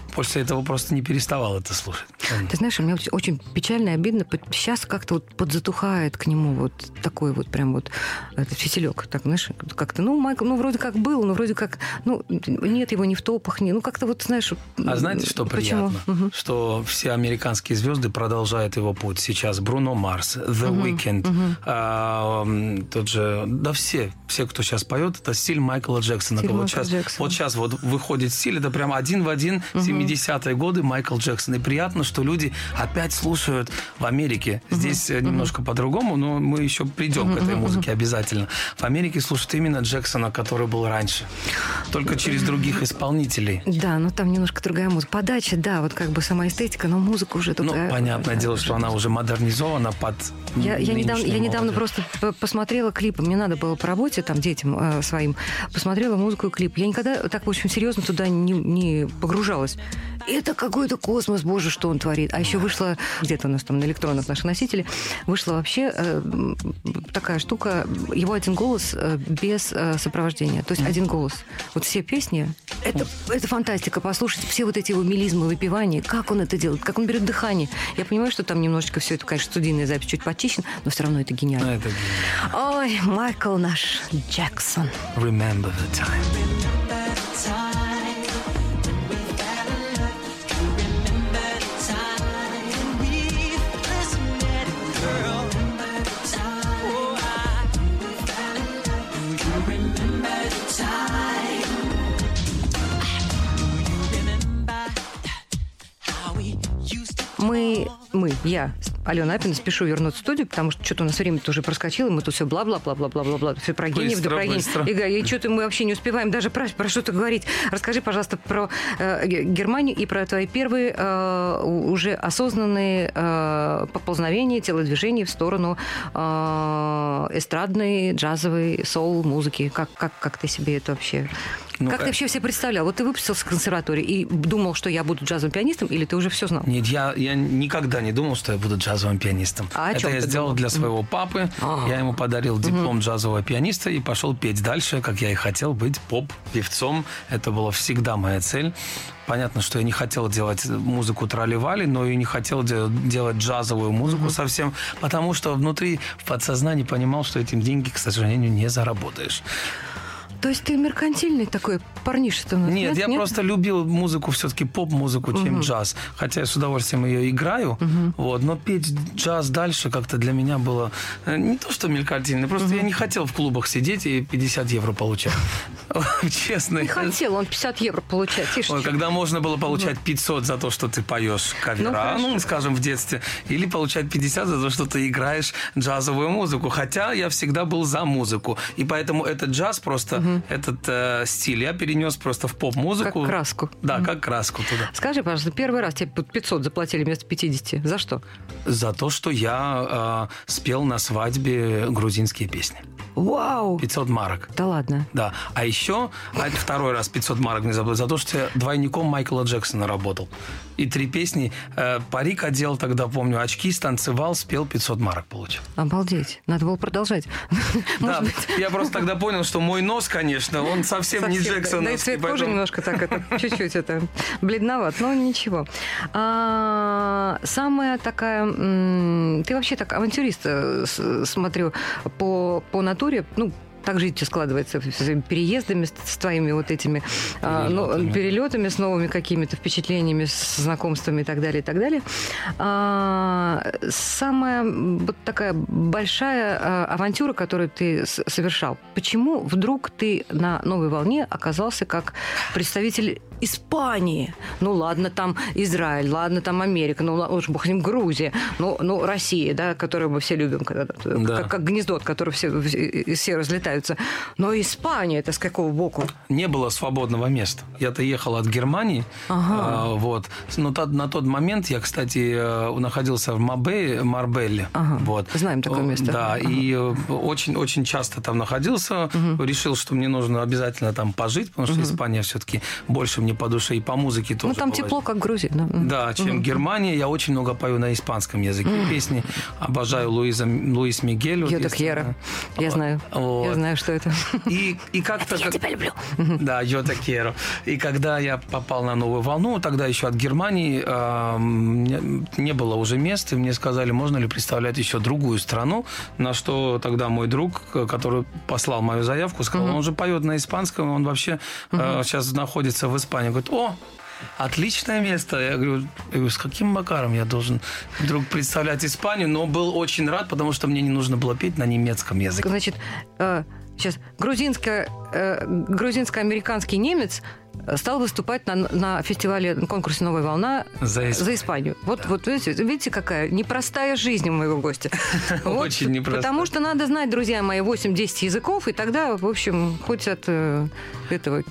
после этого просто не переставал это слушать. Ты знаешь, мне очень печально и обидно. Сейчас как-то вот подзатухает к нему вот такой вот прям вот этот фитилек. Так, знаешь, как-то, ну, Майкл, ну, вроде как был, но вроде как, ну, нет его ни в топах, ни, ну, как-то вот, знаешь... А знаете, что почему? приятно? Угу. Что все американские звезды продолжают его путь. Сейчас Бруно Марс, The угу. Weeknd, угу. а, тот же... Да все, все, кто сейчас поет, это стиль Майкла Джексона. Стиль вот, Майкла сейчас, Джексона. вот сейчас вот выходит стиль, это прям один в один угу. семидесятые годы Майкл Джексон. И приятно, что люди опять слушают в Америке. Здесь uh-huh. немножко uh-huh. по-другому, но мы еще придем uh-huh. к этой музыке обязательно. В Америке слушают именно Джексона, который был раньше. Только через других исполнителей. Да, но там немножко другая музыка. Подача, да, вот как бы сама эстетика, но музыка уже другая. Ну, понятное дело, что она уже модернизована под Я, я недавно, я недавно просто посмотрела клипы. Мне надо было по работе, там, детям э, своим. Посмотрела музыку и клип. Я никогда так очень серьезно туда не, не погружалась. Это какой-то космос, боже, что он творит. А еще вышла, где-то у нас там на электронных наших носителей, вышла вообще э, такая штука, его один голос э, без э, сопровождения. То есть один голос. Вот все песни, это, это фантастика. Послушайте все вот эти его мелизмы, выпивания, как он это делает, как он берет дыхание. Я понимаю, что там немножечко все это, конечно, студийная запись чуть почищена, но все равно это гениально. Это гениально. Ой, Майкл наш Джексон. Remember the time. Мы, мы, я, Алена Апина, спешу вернуться в студию, потому что что-то у нас время-то уже проскочило, и мы тут все бла-бла-бла-бла-бла-бла, все про гениев, да про гениев. И, и что-то мы вообще не успеваем даже про, про что-то говорить. Расскажи, пожалуйста, про э, Германию и про твои первые э, уже осознанные э, поползновения, телодвижения в сторону э, эстрадной, джазовой, соул-музыки. Как, как, как ты себе это вообще... Ну, как ты вообще себе представлял? Вот ты выпустился с консерватории и думал, что я буду джазовым пианистом, или ты уже все знал? Нет, я, я никогда не думал, что я буду джазовым пианистом. А это я сделал думал? для своего папы. А-а-а. Я ему подарил диплом mm-hmm. джазового пианиста и пошел петь дальше, как я и хотел, быть поп-певцом. Это была всегда моя цель. Понятно, что я не хотел делать музыку трали-вали, но и не хотел делать, делать джазовую музыку mm-hmm. совсем, потому что внутри, в подсознании понимал, что этим деньги, к сожалению, не заработаешь. То есть ты меркантильный такой парниша-то у нас? Нет, нет я нет? просто любил музыку, все-таки поп-музыку, чем угу. джаз. Хотя я с удовольствием ее играю, угу. вот, но петь джаз дальше как-то для меня было не то, что меркантильно, просто угу. я не хотел в клубах сидеть и пятьдесят евро получать. Честно. Не хотел он пятьдесят евро получать. Когда можно было получать пятьсот за то, что ты поешь кавера, ну, скажем, в детстве, или получать пятьдесят за то, что ты играешь джазовую музыку. Хотя я всегда был за музыку. И поэтому этот джаз просто... Этот э, стиль я перенес просто в поп-музыку. Как краску. Да, mm. как краску туда. Скажи, пожалуйста, первый раз тебе пятьсот заплатили вместо пятидесяти. За что? За то, что я э, спел на свадьбе грузинские песни. Вау! пятьсот марок. Да ладно? Да. А еще а второй раз пятьсот марок мне заплатили за то, что я двойником Майкла Джексона работал. И три песни. Э, парик одел тогда, помню, очки, станцевал, спел, пятьсот марок получил. Обалдеть. Надо было продолжать. Да, я просто тогда понял, что мой нос, конечно, он совсем, совсем не Джексон. Да, и цвет кожи немножко так, это чуть-чуть это бледноват, но ничего. А, самая такая... М- ты вообще так авантюрист, с- смотрю, по, по натуре, ну, так жизнь тебе складывается с переездами, с, с твоими вот этими перелетами. Ну, перелетами, с новыми какими-то впечатлениями, с знакомствами и так далее, и так далее. А, самая вот такая большая а, авантюра, которую ты с- совершал. Почему вдруг ты на новой волне оказался как представитель Испании? Ну, ладно, там Израиль, ладно, там Америка, ну, лучше бог с ним, Грузия, ну, ну Россия, да, которую мы все любим, когда, да. как, как гнездо, от которого все, все разлетаются. Но Испания, это с какого боку? Не было свободного места. Я-то ехал от Германии, ага. а, вот. Но та, на тот момент я, кстати, находился в Мабе, Марбелле. Ага. Вот. Знаем такое место. Да, ага. и очень-очень часто там находился. Угу. Решил, что мне нужно обязательно там пожить, потому что угу. Испания все-таки больше мне по душе, и по музыке тоже. Ну, там была. тепло, как в Грузии. Да, да чем угу. Германия. Я очень много пою на испанском языке угу. песни. Обожаю Луиза, Луис Мигель. Йода Кьера. Я знаю. Вот. Я знаю. знаю, что это. И, и как-то... Я тебя люблю. Да, yo te quiero. И когда я попал на новую волну, тогда еще от Германии э, не было уже мест, и мне сказали, можно ли представлять еще другую страну, на что тогда мой друг, который послал мою заявку, сказал, uh-huh. он же поет на испанском, он вообще uh-huh. э, сейчас находится в Испании. Говорит, о, отличное место. Я говорю, я говорю, с каким макаром я должен вдруг представлять Испанию? Но был очень рад, потому что мне не нужно было петь на немецком языке. Значит, э, сейчас грузинско, э, грузинско-американский немец стал выступать на, на фестивале, на конкурсе «Новая волна» за Испанию. За Испанию. Вот, да. вот видите, видите, какая непростая жизнь у моего гостя. Очень непростая. Потому что надо знать, друзья мои, восемь-десять языков, и тогда, в общем, хоть от этого...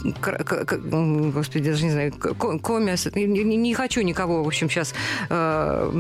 Господи, даже не знаю, комиас. Не, не хочу никого, в общем, сейчас э,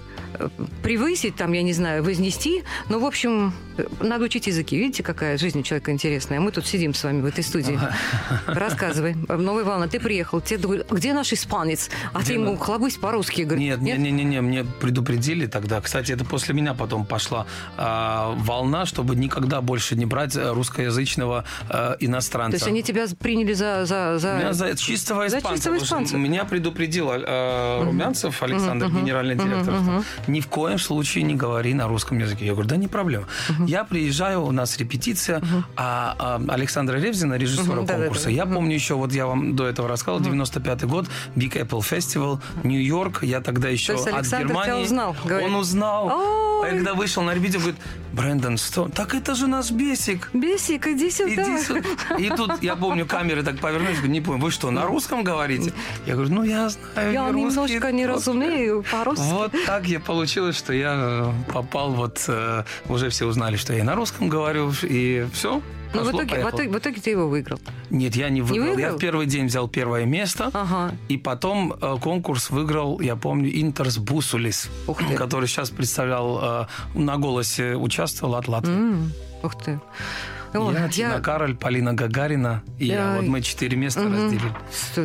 превысить, там, я не знаю, вознести. Но, в общем, надо учить языки. Видите, какая жизнь у человека интересная. Мы тут сидим с вами в этой студии. Рассказывай. Новая волна, ты приехал. Тебе говорят, где наш испанец? А где ты ему хлобысь по-русски. Нет, нет, нет, нет, мне предупредили тогда. Кстати, это после меня потом пошла э, волна, чтобы никогда больше не брать русскоязычного э, иностранца. То есть они тебя приняли за... за, за... Меня за чистого испанца. За чистого испанца. Меня предупредил э, Румянцев Александр, uh-huh. генеральный директор. Uh-huh. Ни в коем случае не говори на русском языке. Я говорю, да не проблема. Uh-huh. Я приезжаю, у нас репетиция, uh-huh. а, а Александра Ревзина, режиссера uh-huh. конкурса, да, да, да. я uh-huh. помню еще, вот я вам до этого рассказывал, uh-huh. девяносто пятый год, Big Apple Festival, Нью-Йорк, я тогда еще от Александр Германии. Тебя узнал, он узнал. Ой. А когда вышел на репетицию, говорит, Брэндон, что? Так это же наш Бесик. Бесик, иди сюда. Иди сюда. И тут, я помню, камеры так повернулись, не помню, вы что, на русском говорите? Я говорю, ну я знаю Я русский, немножко не разумею по-русски. Вот так я получилось, что я попал, вот уже все узнали, что я и на русском говорю, и все. Но в итоге, в, итоге, в итоге ты его выиграл. Нет, я не выиграл. Не выиграл? Я в первый день взял первое место. Ага. И потом э, конкурс выиграл, я помню, Интерс Бусулис, который сейчас представлял, э, на «Голосе» участвовал от Латвии. Mm. Ух ты. О, я, Тина я... Кароль, Полина Гагарина и я. я. Вот мы четыре места угу. разделили.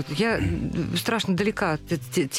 Я страшно далека от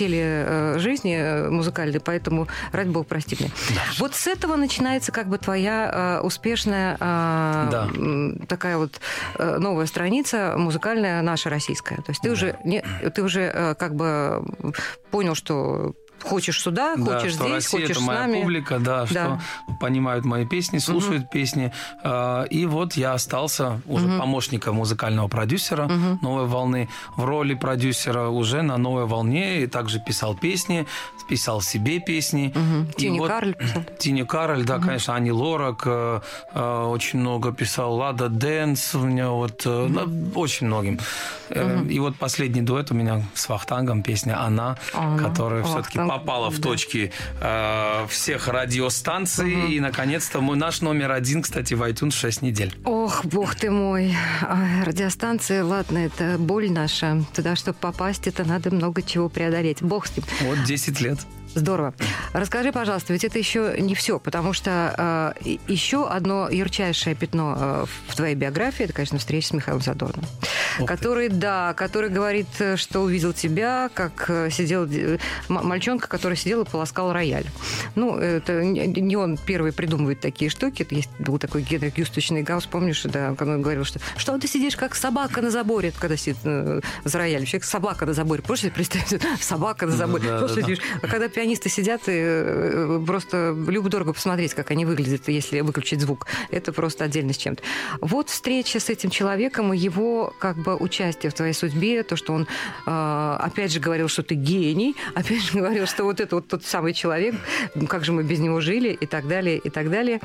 тележизни музыкальной, поэтому, ради бога, прости меня. Да. Вот с этого начинается как бы твоя успешная да. такая вот новая страница музыкальная наша российская. То есть ты, да. уже, не, ты уже как бы понял, что... Хочешь сюда, да, хочешь что здесь, Россия хочешь это моя с нами. Публика, да, да, что понимают мои песни, слушают угу. песни. И вот я остался уже угу. помощником музыкального продюсера угу. «Новой волны». В роли продюсера уже на «Новой волне». И также писал песни, писал себе песни. Угу. Тини вот, Кароль писал. Тини Кароль, да, угу. конечно, Ани Лорак. Очень много писал. Лада Дэнс у меня вот. Угу. Ну, очень многим. Угу. И вот последний дуэт у меня с Вахтангом, песня «Она», Она. которая все-таки попала в да. точки э, всех радиостанций. Угу. И, наконец-то, мой, наш номер один, кстати, в iTunes шесть недель. Ох, бог ты мой. Радиостанции, ладно, это боль наша. Туда, чтобы попасть, это надо много чего преодолеть. Бог с ним. Вот десять лет. Здорово. Расскажи, пожалуйста, ведь это еще не все, потому что э, еще одно ярчайшее пятно э, в твоей биографии, это, конечно, встреча с Михаилом Задорновым, который, да, который говорит, что увидел тебя, как сидел мальчонка, который сидел и полоскал рояль. Ну, это не он первый придумывает такие штуки. Есть, был такой Генрих Юстович Гаус, помнишь, да, когда он говорил, что что ты сидишь как собака на заборе, когда сидит э, за роялем. Человек собака на заборе. Можешь себе представить? Собака на заборе. Да, да, сидишь? А когда пианисты сидят, и просто любо-дорого посмотреть, как они выглядят, если выключить звук. Это просто отдельно с чем-то. Вот встреча с этим человеком и его как бы участие в твоей судьбе, то, что он э, опять же говорил, что ты гений, опять же говорил, что вот это вот тот самый человек, как же мы без него жили, и так далее, и так далее.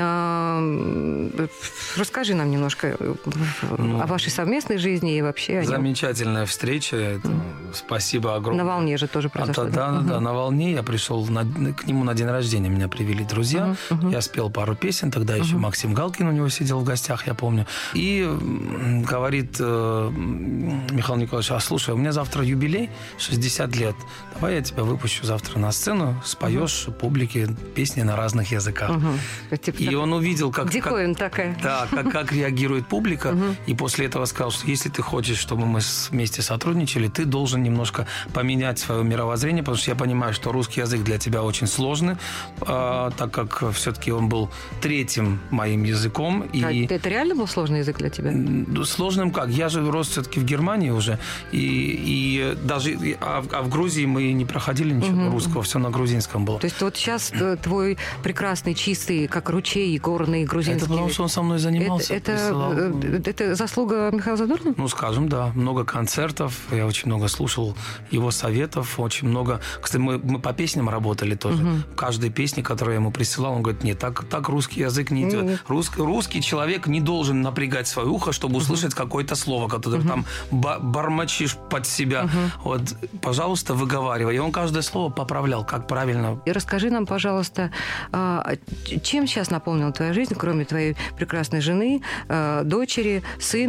Э, расскажи нам немножко ну, о вашей совместной жизни и вообще о нем. Замечательная встреча. Это, mm. Спасибо огромное. На волне же тоже произошло. А, да, да, uh-huh. да, на волне. Я пришел на, к нему на день рождения, меня привели друзья. Uh-huh, uh-huh. Я спел пару песен, тогда uh-huh. еще Максим Галкин у него сидел в гостях, я помню. И говорит э, Михаил Николаевич, а слушай, у меня завтра юбилей, шестьдесят лет. Давай я тебя выпущу завтра на сцену, споешь uh-huh. публике песни на разных языках. Uh-huh. Типа и так... он увидел, как, как, такая. Да, как, как реагирует публика. Uh-huh. И после этого сказал, что если ты хочешь, чтобы мы вместе сотрудничали, ты должен немножко поменять свое мировоззрение, потому что я понимаю, что русский язык для тебя очень сложный, э, так как все-таки он был третьим моим языком. А И это реально был сложный язык для тебя? сложным как? Я же рос все-таки в Германии уже, и, и даже а, а в Грузии мы не проходили ничего угу. русского, все на грузинском было. То есть вот сейчас твой прекрасный, чистый, как ручей, горный грузинский... Это потому, что он со мной занимался. Это, это, это заслуга Михаила Задорнова? Ну, скажем, да. Много концертов, я очень много слушал его советов, очень много... Кстати, мы, мы по песням работали тоже. Угу. Каждой песне, которую я ему присылал, он говорит, нет, так, так русский язык не идет. Рус, русский человек не должен напрягать свое ухо, чтобы услышать угу. какое-то слово, которое угу. там бормочишь под себя. Угу. Вот, пожалуйста, выговаривай. И он каждое слово поправлял, как правильно. И расскажи нам, пожалуйста, чем сейчас наполнила твоя жизнь, кроме твоей прекрасной жены, дочери,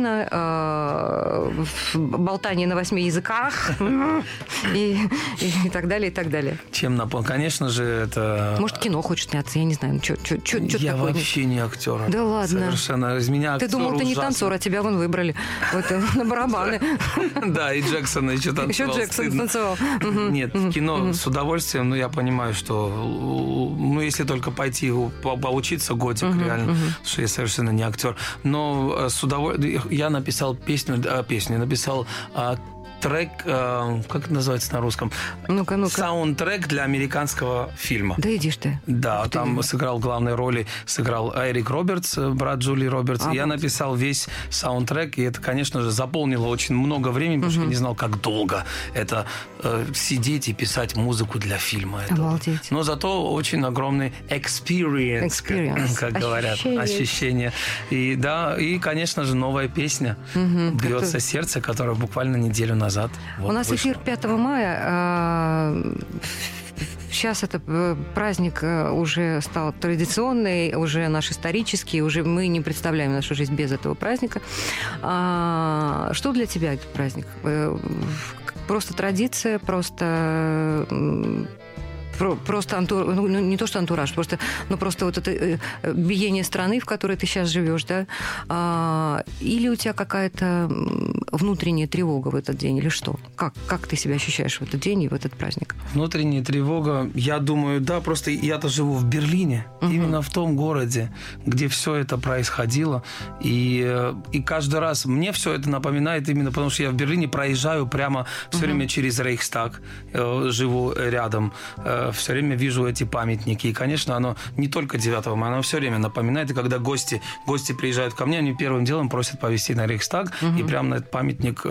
сына, болтания на восьми языках и, и так далее, и так далее. Чем наполнил? Конечно же, это... Может, кино хочет сняться, я не знаю. Чё, чё, чё, чё я такое? Вообще не актер. Да ладно. Совершенно. Из меня актер Ты думал, ты не ужасный. танцор, а тебя вон выбрали вот, на барабаны. Да, и Джексон еще танцевал. Еще Джексон танцевал. Нет, в кино с удовольствием, но я понимаю, что ну, если только пойти поучиться годик, реально, что я совершенно не актер. Но с удовольствием я написал песню, песню написал трек, э, как это называется на русском? Ну-ка, ну-ка. Саундтрек для американского фильма. Да идишь ты. Да, ты там ты. сыграл главной роли, сыграл Эрик Робертс, брат Джулии Робертс. А, я вот. написал весь саундтрек, и это, конечно же, заполнило очень много времени, потому угу. что я не знал, как долго это э, сидеть и писать музыку для фильма. Обалдеть. Но зато очень огромный experience, experience. как, как говорят, ощущение. ощущение. И да, и, конечно же, новая песня угу. «Бьется сердце», которая буквально неделю назад Вот У нас вышло. эфир пятого мая. Сейчас это праздник уже стал традиционный, уже наш исторический, уже мы не представляем нашу жизнь без этого праздника. Что для тебя этот праздник? Просто традиция, просто... Просто антур... ну, не то, что антураж, просто, ну, просто вот это биение страны, в которой ты сейчас живешь, да? А, или у тебя какая-то внутренняя тревога в этот день, или что? Как, как ты себя ощущаешь в этот день и в этот праздник? Внутренняя тревога, я думаю, да, просто я-то живу в Берлине, угу. именно в том городе, где все это происходило, и, и каждый раз мне все это напоминает именно потому, что я в Берлине проезжаю прямо все угу. время через Рейхстаг, живу рядом, все время вижу эти памятники. И, конечно, оно не только девятого мая, оно все время напоминает. И когда гости, гости приезжают ко мне, они первым делом просят повезти на Рейхстаг. Угу. И прямо на этот памятник,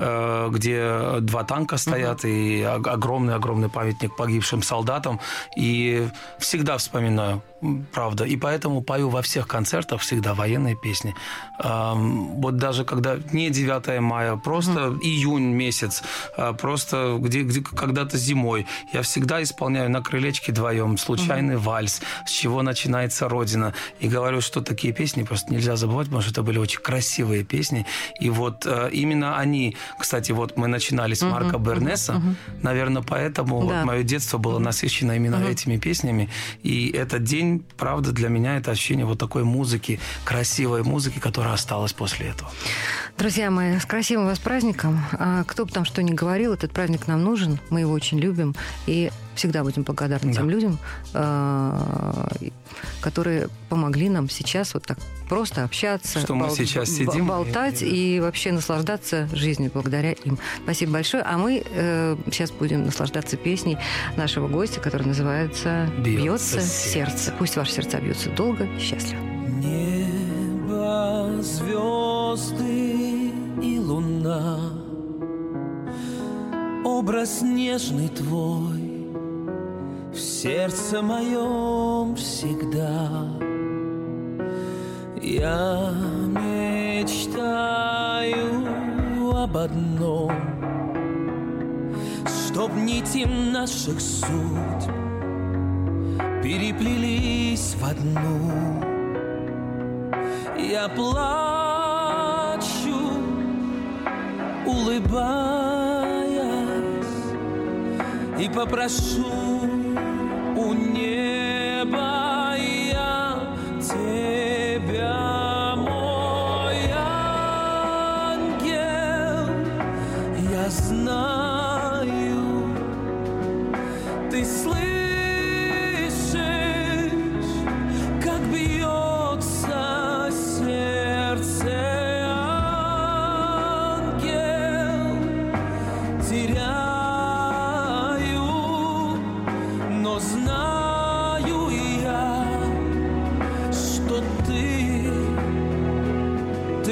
где два танка стоят, угу. и огромный-огромный памятник погибшим солдатам. И всегда вспоминаю, правда. И поэтому пою во всех концертах всегда военные песни. Вот даже когда не девятое мая, просто угу. июнь месяц, просто где, где, когда-то зимой, я всегда исполняю на крылечке вдвоем случайный mm-hmm. вальс, с чего начинается Родина. И говорю, что такие песни просто нельзя забывать, потому что это были очень красивые песни. И вот э, именно они, кстати, вот мы начинали с Марка mm-hmm. Бернеса, mm-hmm. наверное, поэтому да. вот мое детство было насыщено именно mm-hmm. этими песнями. И этот день, правда, для меня это ощущение вот такой музыки, красивой музыки, которая осталась после этого. Друзья мои, с красивым вас праздником. А кто бы там что ни говорил, этот праздник нам нужен, мы его очень любим. И всегда будем благодарны да. тем людям, которые помогли нам сейчас вот так просто общаться, что мы бол- сейчас сидим, болтать и, и вообще наслаждаться жизнью благодаря им. Спасибо большое. А мы э, сейчас будем наслаждаться песней нашего гостя, которая называется «Бьется сердце». Пусть ваши сердца бьются долго и счастливо. Небо, звезды и луна, образ нежный твой в сердце моем всегда. Я мечтаю об одном, чтоб нити наших судьб переплелись в одну. Я плачу, улыбаясь, и попрошу у неба я тебя, мой ангел. Я знаю,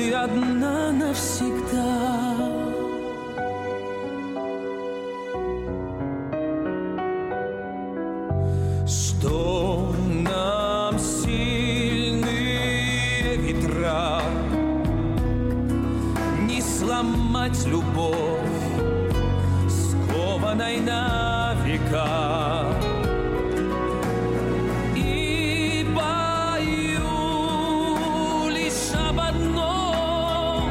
ты одна навсегда. Что нам сильные ветра, не сломать любовь, скованной на века. И пою лишь об одном: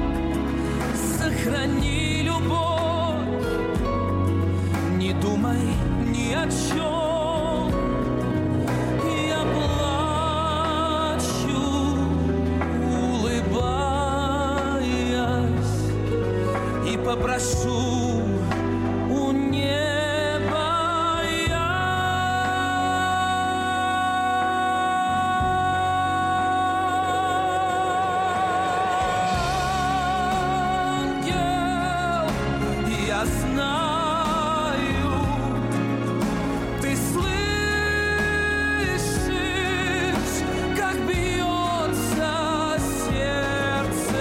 сохрани любовь, не думай ни о чем. Попрошу у неба я. Ангел, я знаю, ты слышишь, как бьется сердце.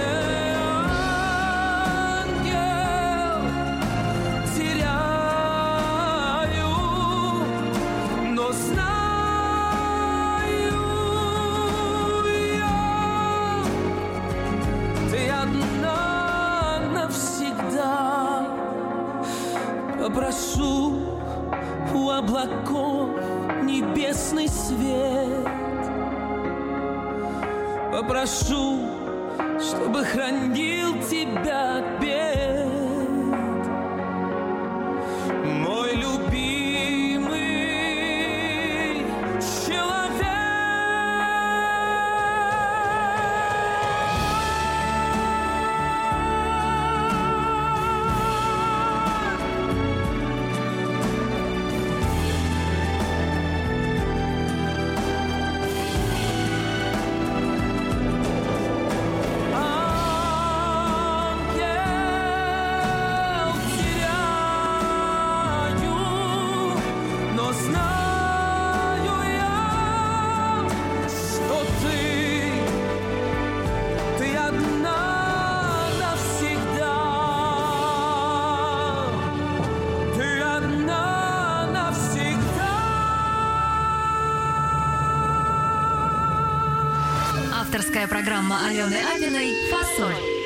Попрошу у облаков небесный свет. Попрошу, чтобы хранил тебя от бед. Мой любимый человек. Авторская программа Алены Апиной «Фасоль».